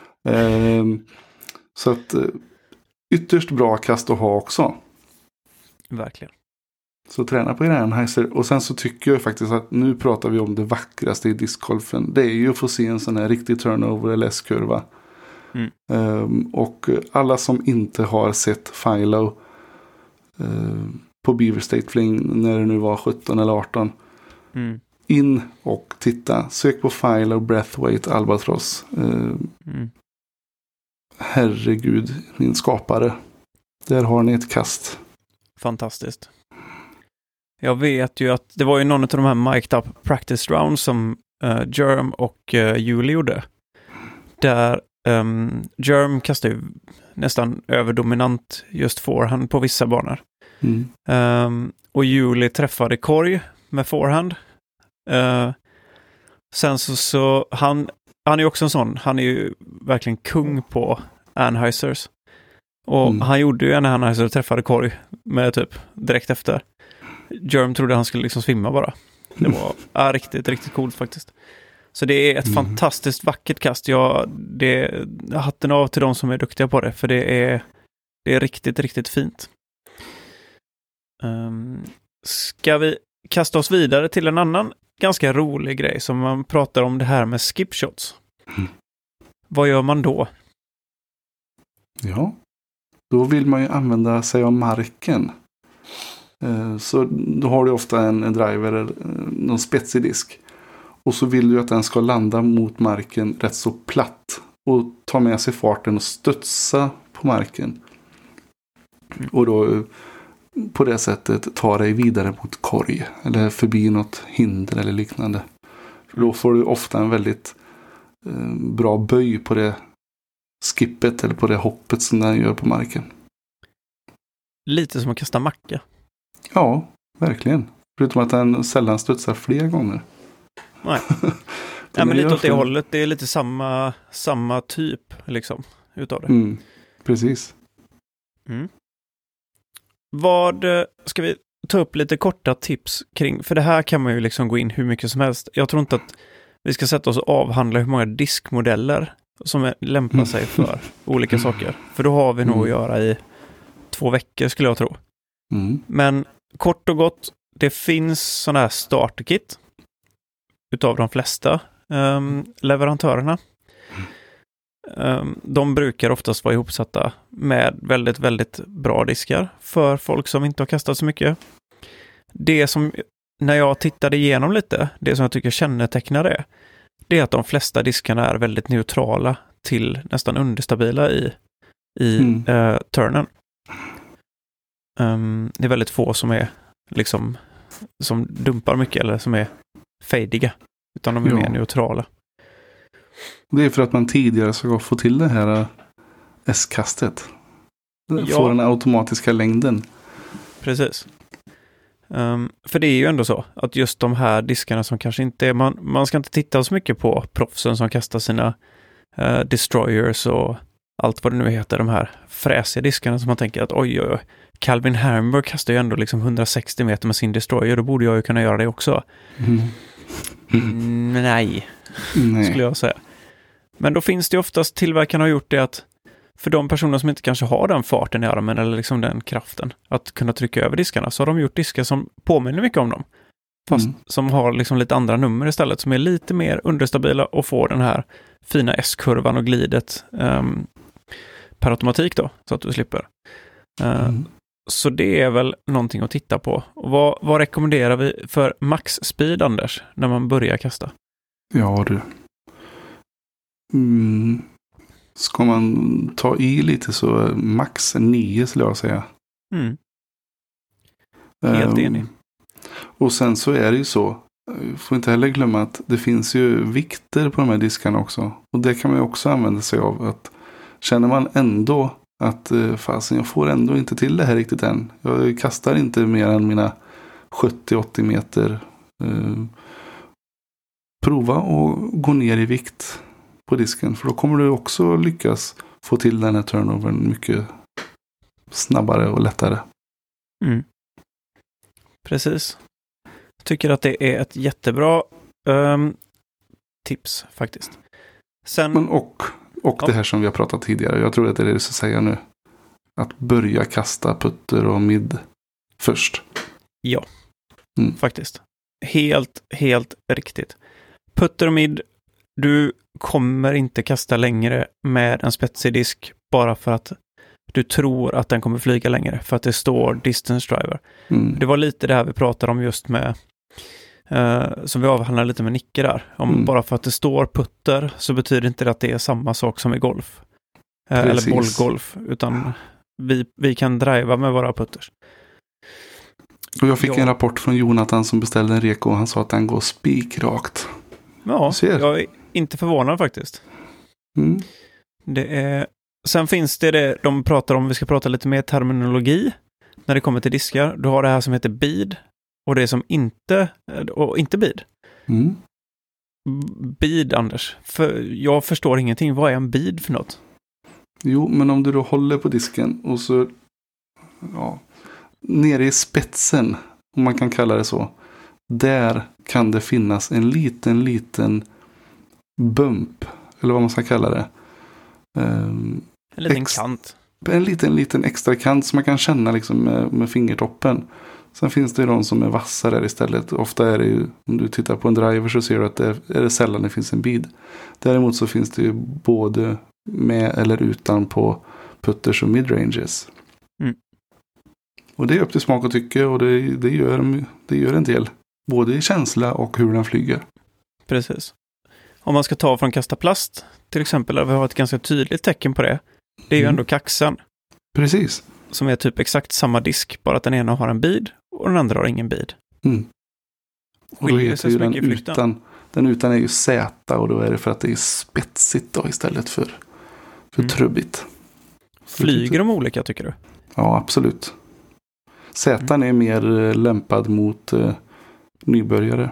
Så att ytterst bra kast att ha också. Verkligen. Så träna på en Heiser. Och sen så tycker jag faktiskt att nu pratar vi om det vackraste i discgolfen. Det är ju att få se en sån här riktig turnover eller S-kurva. Och alla som inte har sett Philo på Beaver State Fling när det nu var 17 eller 18. In och titta. Sök på Philo, Breathweight, Albatross. Herregud, min skapare. Där har ni ett kast. Fantastiskt. Jag vet ju att det var ju någon av de här mic'd up practice rounds som Germ och Julie gjorde. Där Germ kastade ju nästan överdominant just forehand på vissa banor. Och Julie träffade korg med forehand. Sen så han är ju också en sån. Han är ju verkligen kung på Anheusers. Och han gjorde ju en Anheuser och träffade korg med typ direkt efter. Germ trodde han skulle liksom svimma bara. Det var riktigt, riktigt coolt faktiskt. Så det är ett fantastiskt vackert kast. Hatten av till de som är duktiga på det. För det är riktigt, riktigt fint. Ska vi kasta oss vidare till en annan ganska rolig grej som man pratar om, det här med skip shots. Vad gör man då? Ja, då vill man ju använda sig av marken. Så då har du ofta en driver eller någon spetsig disk. Och så vill du att den ska landa mot marken rätt så platt. Och ta med sig farten och studsa på marken. Och då på det sättet ta dig vidare mot korg. Eller förbi något hinder eller liknande. För då får du ofta en väldigt bra böj på det skippet eller på det hoppet som den gör på marken. Lite som att kasta macka. Ja, verkligen. Förutom att den sällan studsar fler gånger. Nej. Ja, men lite åt det hållet. Det är lite samma typ liksom. utav det. Precis. Vad ska vi ta upp lite korta tips kring? För det här kan man ju liksom gå in hur mycket som helst. Jag tror inte att vi ska sätta oss och avhandla hur många diskmodeller som lämpar sig för olika saker. För då har vi nog att göra i 2 veckor skulle jag tro. Men kort och gott, det finns sådana här starterkit utav de flesta leverantörerna. De brukar oftast vara ihopsatta med väldigt, väldigt bra diskar för folk som inte har kastat så mycket. Det som, när jag tittade igenom lite, det som jag tycker kännetecknar det är att de flesta diskarna är väldigt neutrala till nästan understabila i turnen. Det är väldigt få som är liksom som dumpar mycket eller som är fejdiga, utan de är mer neutrala. Det är för att man tidigare ska få till det här S-kastet. Få den automatiska längden. Precis. För det är ju ändå så att just de här diskarna som kanske inte är... Man ska inte titta så mycket på proffsen som kastar sina destroyers och allt vad det nu heter. De här fräsiga diskarna som man tänker att oj, Calvin Hamburg kastar ju ändå liksom 160 meter med sin destroyer. Då borde jag ju kunna göra det också. Nej, skulle jag säga. Men då finns det oftast, tillverkarna har gjort det att för de personer som inte kanske har den farten i armen eller liksom den kraften att kunna trycka över diskarna, så har de gjort diskar som påminner mycket om dem. Fast som har liksom lite andra nummer istället, som är lite mer understabila och får den här fina S-kurvan och glidet per automatik då, så att du slipper. Så det är väl någonting att titta på. Och vad rekommenderar vi för max speed, Anders, när man börjar kasta? Ja du. Ska man ta i lite så max 9 skulle jag säga. Helt enig. Och sen så är det ju så. Får inte heller glömma att det finns ju vikter på de här diskarna också. Och det kan man ju också använda sig av. Att känner man ändå att fasen, jag får ändå inte till det här riktigt än. Jag kastar inte mer än mina 70-80 meter. Prova och gå ner i vikt på disken. För då kommer du också lyckas få till den här turnovern mycket snabbare och lättare. Precis. Jag tycker att det är ett jättebra tips faktiskt. Sen... Men och det här som vi har pratat tidigare. Jag tror att det är det du ska säga nu. Att börja kasta putter och mid först. Ja. Faktiskt. Helt riktigt. Putter och mid, du kommer inte kasta längre med en spetsig disk bara för att du tror att den kommer flyga längre, för att det står distance driver. Det var lite det här vi pratade om just med som vi avhandlade lite med Nicke där. Bara för att det står putter så betyder inte det att det är samma sak som i golf. Eller bollgolf, utan vi kan driva med våra putters. Och jag fick en rapport från Jonathan som beställde en reko och han sa att den går spikrakt. Ja, jag är inte förvånad faktiskt. Det är... Sen finns det de pratar om, vi ska prata lite mer terminologi när det kommer till diskar. Du har det här som heter bead och det som inte bead. Bead, Anders. För jag förstår ingenting. Vad är en bead för något? Jo, men om du då håller på disken och så nere i spetsen, om man kan kalla det så, där kan det finnas en liten bump, eller vad man ska kalla det. En liten kant. En liten extra kant som man kan känna liksom med fingertoppen. Sen finns det de som är vassa där istället. Ofta är det ju, om du tittar på en driver så ser du att det är sällan det finns en bead. Däremot så finns det ju både med eller utan på putters och midranges. Och det är upp till smak och tycke, och det gör en del. Både i känsla och hur den flyger. Precis. Om man ska ta från kasta plast till exempel, där vi har ett ganska tydligt tecken på det. Det är ju ändå kaxan. Precis. Som är typ exakt samma disk, bara att den ena har en bead och den andra har ingen bead. Och då heter ju den utan är ju Z, och då är det för att det är spetsigt då istället för trubbigt. Flyger de olika, tycker du? Ja, absolut. Z är mer lämpad mot nybörjare.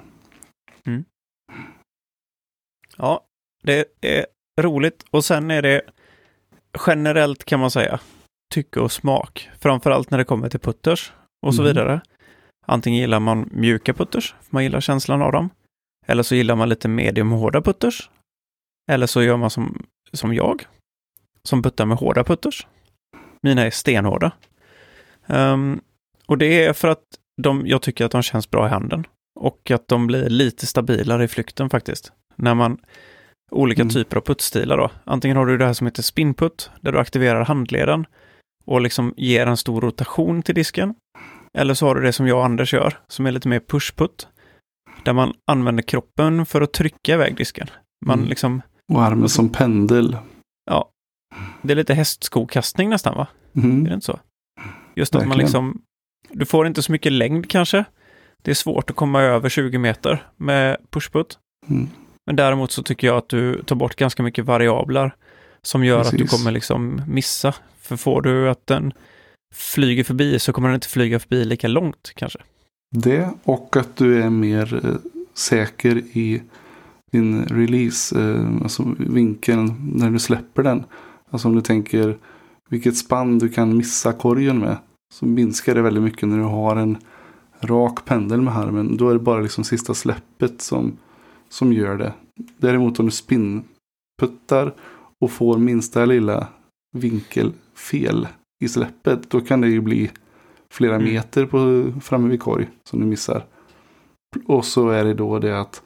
Ja, det är roligt. Och sen är det generellt kan man säga tycke och smak. Framförallt när det kommer till putters och så vidare. Antingen gillar man mjuka putters, för man gillar känslan av dem. Eller så gillar man lite mediumhårda putters. Eller så gör man som jag, som puttar med hårda putters. Mina är stenhårda. Och det är för att jag tycker att de känns bra i handen. Och att de blir lite stabilare i flykten faktiskt. När man olika typer av puttstilar då. Antingen har du det här som heter spinputt, där du aktiverar handleden och liksom ger en stor rotation till disken. Eller så har du det som jag och Anders gör, som är lite mer pushputt. Där man använder kroppen för att trycka iväg disken. Man liksom... Och armen som pendel. Ja. Det är lite hästskokastning nästan, va? Är det inte så? Just att man liksom... Du får inte så mycket längd kanske. Det är svårt att komma över 20 meter med pushputt. Men däremot så tycker jag att du tar bort ganska mycket variabler som gör att du kommer liksom missa. För får du att den flyger förbi så kommer den inte flyga förbi lika långt kanske. Det och att du är mer säker i din release, alltså vinkeln när du släpper den. Alltså om du tänker vilket spann du kan missa korgen med, så minskar det väldigt mycket när du har en rak pendel med harmen. Då är det bara liksom sista släppet som gör det. Däremot om du spinnputtar och får minsta lilla vinkelfel i släppet, då kan det ju bli flera meter framme vid korg som du missar. Och så är det då det att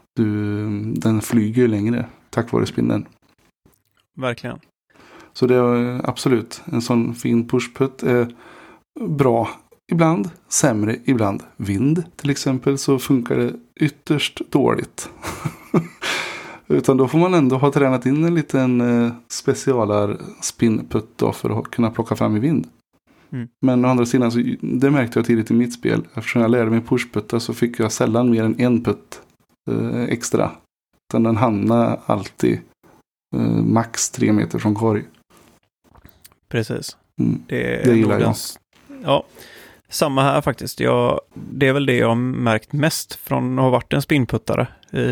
den flyger längre tack vare spinnen. Verkligen. Så det är absolut en sån fin pushputt är bra ibland, sämre ibland. Vind till exempel, så funkar det ytterst dåligt. Utan då får man ändå ha tränat in en liten specialar spinputt då för att kunna plocka fram i vind. Men å andra sidan, så, det märkte jag tidigt i mitt spel. Eftersom jag lärde mig pushputta så fick jag sällan mer än en putt extra. Utan den hamnade alltid max 3 meter från korg. Precis. Det gillar jag. Ja, samma här faktiskt. Det är väl det jag har märkt mest från att ha varit en spinputtare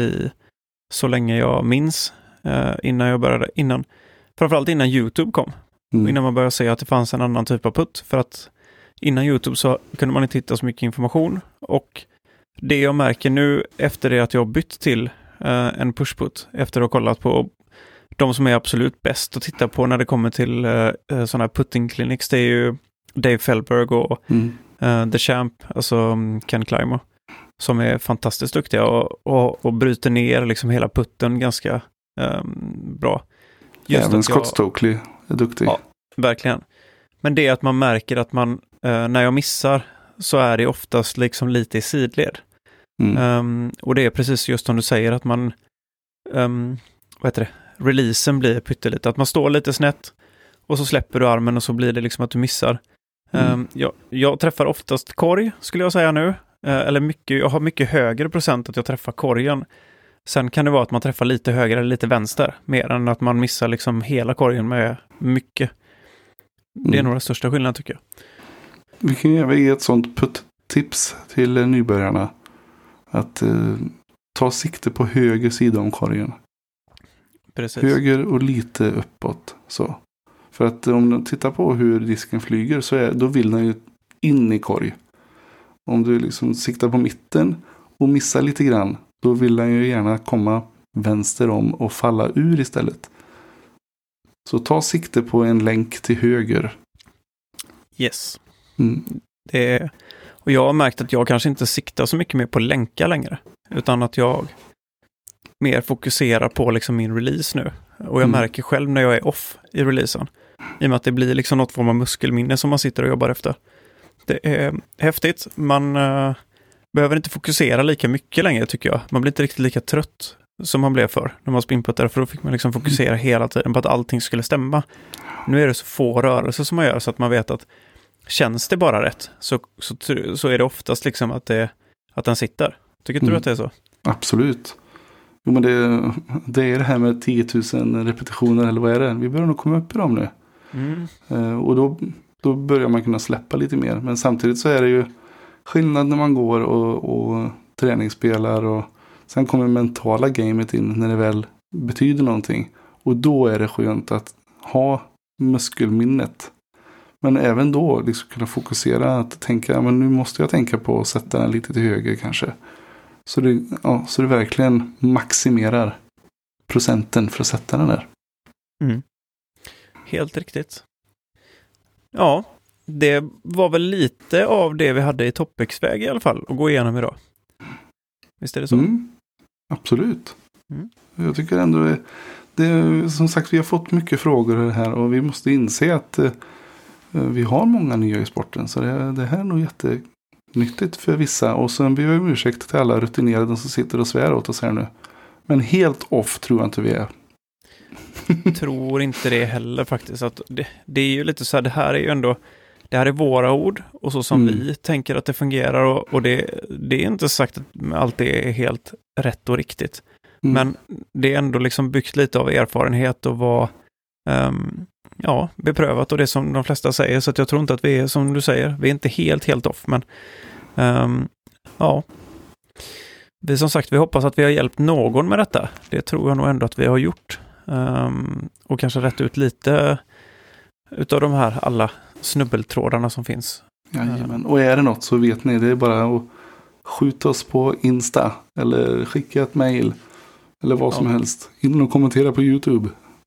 så länge jag minns innan jag började. Framförallt innan YouTube kom. Innan man började se att det fanns en annan typ av putt. För att innan YouTube så kunde man inte hitta så mycket information. Och det jag märker nu efter det att jag har bytt till en pushputt, efter att ha kollat på de som är absolut bäst att titta på när det kommer till sådana här putting clinics, det är ju Dave Feldberg och The Champ, alltså Ken Climo, som är fantastiskt duktiga och bryter ner liksom hela putten ganska bra. Även Scott Stokely är duktig. Ja, verkligen. Men det är att man märker att man när jag missar så är det oftast liksom lite i sidled. Och det är precis just som du säger att man releasen blir pyttelite. Att man står lite snett och så släpper du armen och så blir det liksom att du missar. Jag träffar oftast korg skulle jag säga nu. Jag har mycket högre procent att jag träffar korgen. Sen kan det vara att man träffar lite höger eller lite vänster. Mer än att man missar liksom hela korgen med mycket. Det är nog den största skillnaden tycker jag. Vi kan ju ge ett sånt putt-tips till nybörjarna. Att ta sikte på höger sida om korgen. Precis. Höger och lite uppåt. Så. För att om du tittar på hur disken flyger så då vill den ju in i korg. Om du liksom siktar på mitten och missar lite grann, då vill den ju gärna komma vänster om och falla ur istället. Så ta sikte på en länk till höger. Yes. Och jag har märkt att jag kanske inte siktar så mycket mer på länkar längre. Utan att jag mer fokuserar på liksom min release nu. Och jag märker själv när jag är off i releasen. I och med att det blir liksom något form av muskelminne som man sitter och jobbar efter. Det är häftigt. Man behöver inte fokusera lika mycket längre tycker jag. Man blir inte riktigt lika trött som man blev för när man spinputtade. För då fick man liksom fokusera hela tiden på att allting skulle stämma. Nu är det så få rörelser som man gör så att man vet att känns det bara rätt så är det oftast liksom att den sitter. Tycker du att det är så? Absolut. Jo, men det är det här med 10 000 repetitioner eller vad är det? Vi börjar nog komma upp i dem nu. Och då börjar man kunna släppa lite mer. Men samtidigt så är det ju skillnad när man går och träningsspelar och sen kommer mentala gamet in när det väl betyder någonting. Och då är det skönt att ha muskelminnet. Men även då liksom kunna fokusera att tänka, men nu måste jag tänka på att sätta den lite till höger kanske. Så det verkligen maximerar procenten för att sätta den där. Mm. Helt riktigt. Ja, det var väl lite av det vi hade i Topics-väg i alla fall att gå igenom idag. Visst är det så? Absolut. Jag tycker ändå det, som sagt, vi har fått mycket frågor här och vi måste inse att vi har många nya i sporten. Så det här är nog jättenyttigt för vissa. Och sen ber jag ursäkt till alla rutinerade som sitter och svär åt oss här nu. Men helt off tror jag inte vi är. Tror inte det heller faktiskt. Att det är ju lite så här, det här är ju ändå, det här är våra ord och så som vi tänker att det fungerar och det är inte sagt att allt är helt rätt och riktigt. Men det är ändå liksom byggt lite av erfarenhet och var beprövat och det som de flesta säger, så att jag tror inte att vi är, som du säger, vi är inte helt off, men vi som sagt, vi hoppas att vi har hjälpt någon med detta. Det tror jag nog ändå att vi har gjort. Och kanske rätt ut lite utav de här alla snubbeltrådarna som finns. Jajamän. Och är det något så vet ni, det är bara att skjuta oss på Insta eller skicka ett mejl eller vad som helst. In och kommentera på YouTube.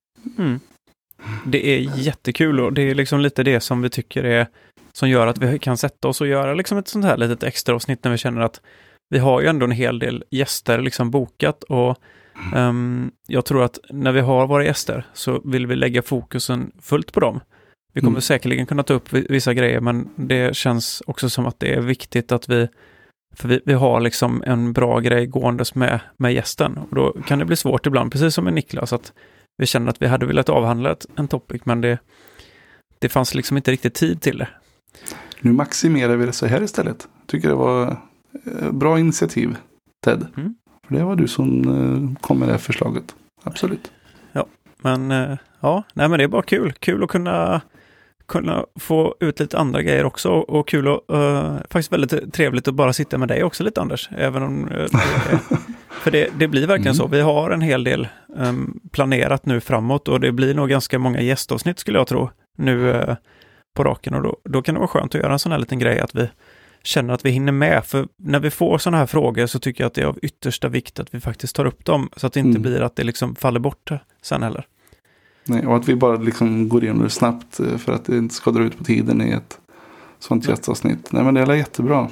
Det är jättekul och det är liksom lite det som vi tycker är som gör att vi kan sätta oss och göra liksom ett sånt här litet extra avsnitt när vi känner att vi har ju ändå en hel del gäster liksom bokat och jag tror att när vi har våra gäster så vill vi lägga fokusen fullt på dem. Vi kommer säkerligen kunna ta upp vissa grejer, men det känns också som att det är viktigt att vi har liksom en bra grej gåendes med gästen. Och då kan det bli svårt ibland, precis som med Niklas, att vi känner att vi hade velat avhandla en topic, men det fanns liksom inte riktigt tid till det. Nu maximerar vi det så här istället. Tycker det var bra initiativ, Ted. För det var du som kom med det här förslaget. Absolut. Ja, men men det är bara kul att kunna få ut lite andra grejer också och kul och faktiskt väldigt trevligt att bara sitta med dig också lite, Anders, även om för det blir verkligen så. Vi har en hel del planerat nu framåt och det blir nog ganska många gästavsnitt skulle jag tro nu på raken, och då kan det vara skönt att göra en sån här liten grej att vi känner att vi hinner med, för när vi får såna här frågor så tycker jag att det är av yttersta vikt att vi faktiskt tar upp dem så att det inte blir att det liksom faller bort sen heller. Nej, och att vi bara liksom går igenom det snabbt för att det inte ska dra ut på tiden i ett sånt gästavsnitt. Nej, men det är jättebra.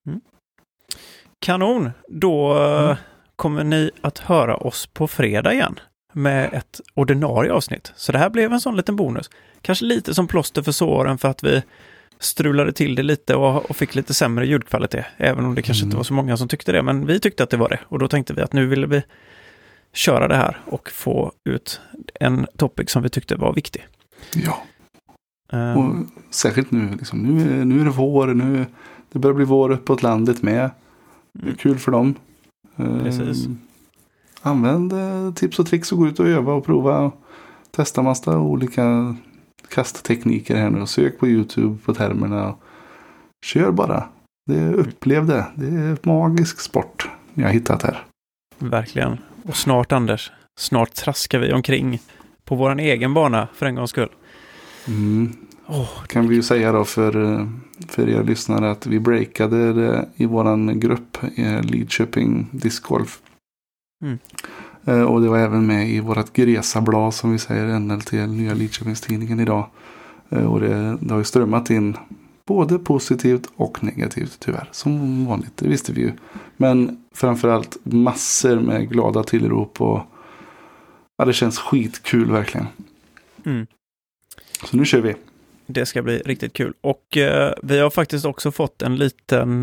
Kanon! Då kommer ni att höra oss på fredag igen med ett ordinarie avsnitt. Så det här blev en sån liten bonus. Kanske lite som plåster för såren för att vi strulade till det lite och fick lite sämre ljudkvalitet. Även om det kanske inte var så många som tyckte det. Men vi tyckte att det var det. Och då tänkte vi att nu ville vi köra det här och få ut en topic som vi tyckte var viktig. Ja. Och särskilt nu. Liksom, nu är det vår. Det börjar bli vår uppåt landet med. Det är kul för dem. Precis. Använd tips och tricks och gå ut och öva och prova. Och testa massa olika kasttekniker här nu. Och sök på YouTube på termerna. Kör bara. Upplev det. Det är magisk sport ni har hittat här. Verkligen. Och snart, Anders, traskar vi omkring på vår egen bana för en gångs skull. Kan vi ju säga då för er lyssnare att vi breakade det i våran grupp Lidköping Discgolf. Och det var även med i vårat Gresa-blad som vi säger, NLT, nya Lidköpingstidningen idag. Och det har ju strömmat in både positivt och negativt tyvärr. Som vanligt, det visste vi ju. Men framförallt massor med glada tillrop och det känns skitkul verkligen. Så nu kör vi. Det ska bli riktigt kul. Och vi har faktiskt också fått en liten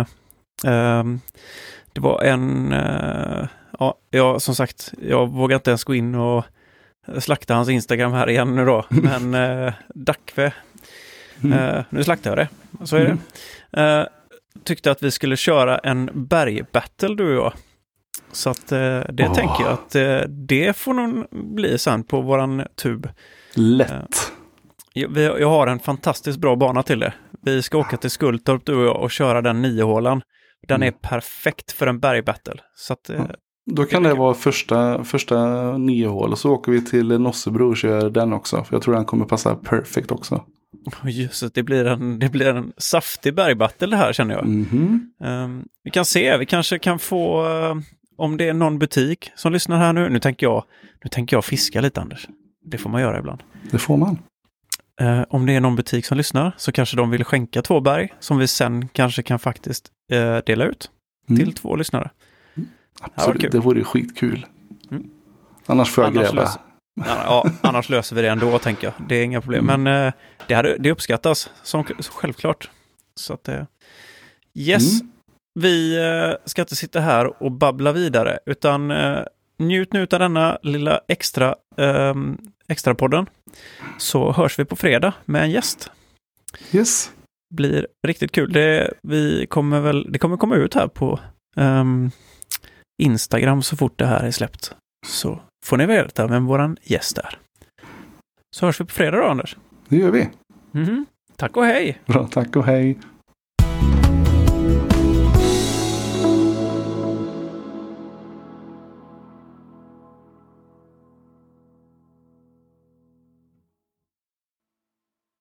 det var en som sagt, jag vågar inte ens gå in och slakta hans Instagram här igen nu då. Men Dackve nu slaktar jag det. Så är det. Tyckte att vi skulle köra en bergbattle du och jag. Så att det tänker jag att det får nog bli sen på våran tub. Lätt. Jag har en fantastiskt bra bana till det. Vi ska åka till Skultorp du och jag och köra den 9-hålan. Den är perfekt för en bergbattle. Så att Då kan det vara första 9 hål. Och så åker vi till Nossebro och kör den också. För jag tror den kommer passa perfekt också. Just det, det blir en saftig bergbattle det här, känner jag. Vi kan se, vi kanske kan få... om det är någon butik som lyssnar här nu. Nu tänker jag fiska lite, Anders. Det får man göra ibland. Det får man. Om det är någon butik som lyssnar så kanske de vill skänka 2 berg som vi sen kanske kan faktiskt dela ut till 2 lyssnare. Absolut, det vore skitkul. Annars får jag gräva. Annars löser vi det ändå, tänker jag. Det är inga problem. Men det uppskattas som självklart. Så att yes. Vi ska inte sitta här och babbla vidare, utan njut nu av denna lilla extra podden. Så hörs vi på fredag med en gäst. Yes. Blir riktigt kul. Det kommer komma ut här på Instagram så fort det här är släppt. Så får ni veta vem våran gäst är. Så hörs vi på fredag då, Anders. Det gör vi. Tack och hej. Bra, tack och hej.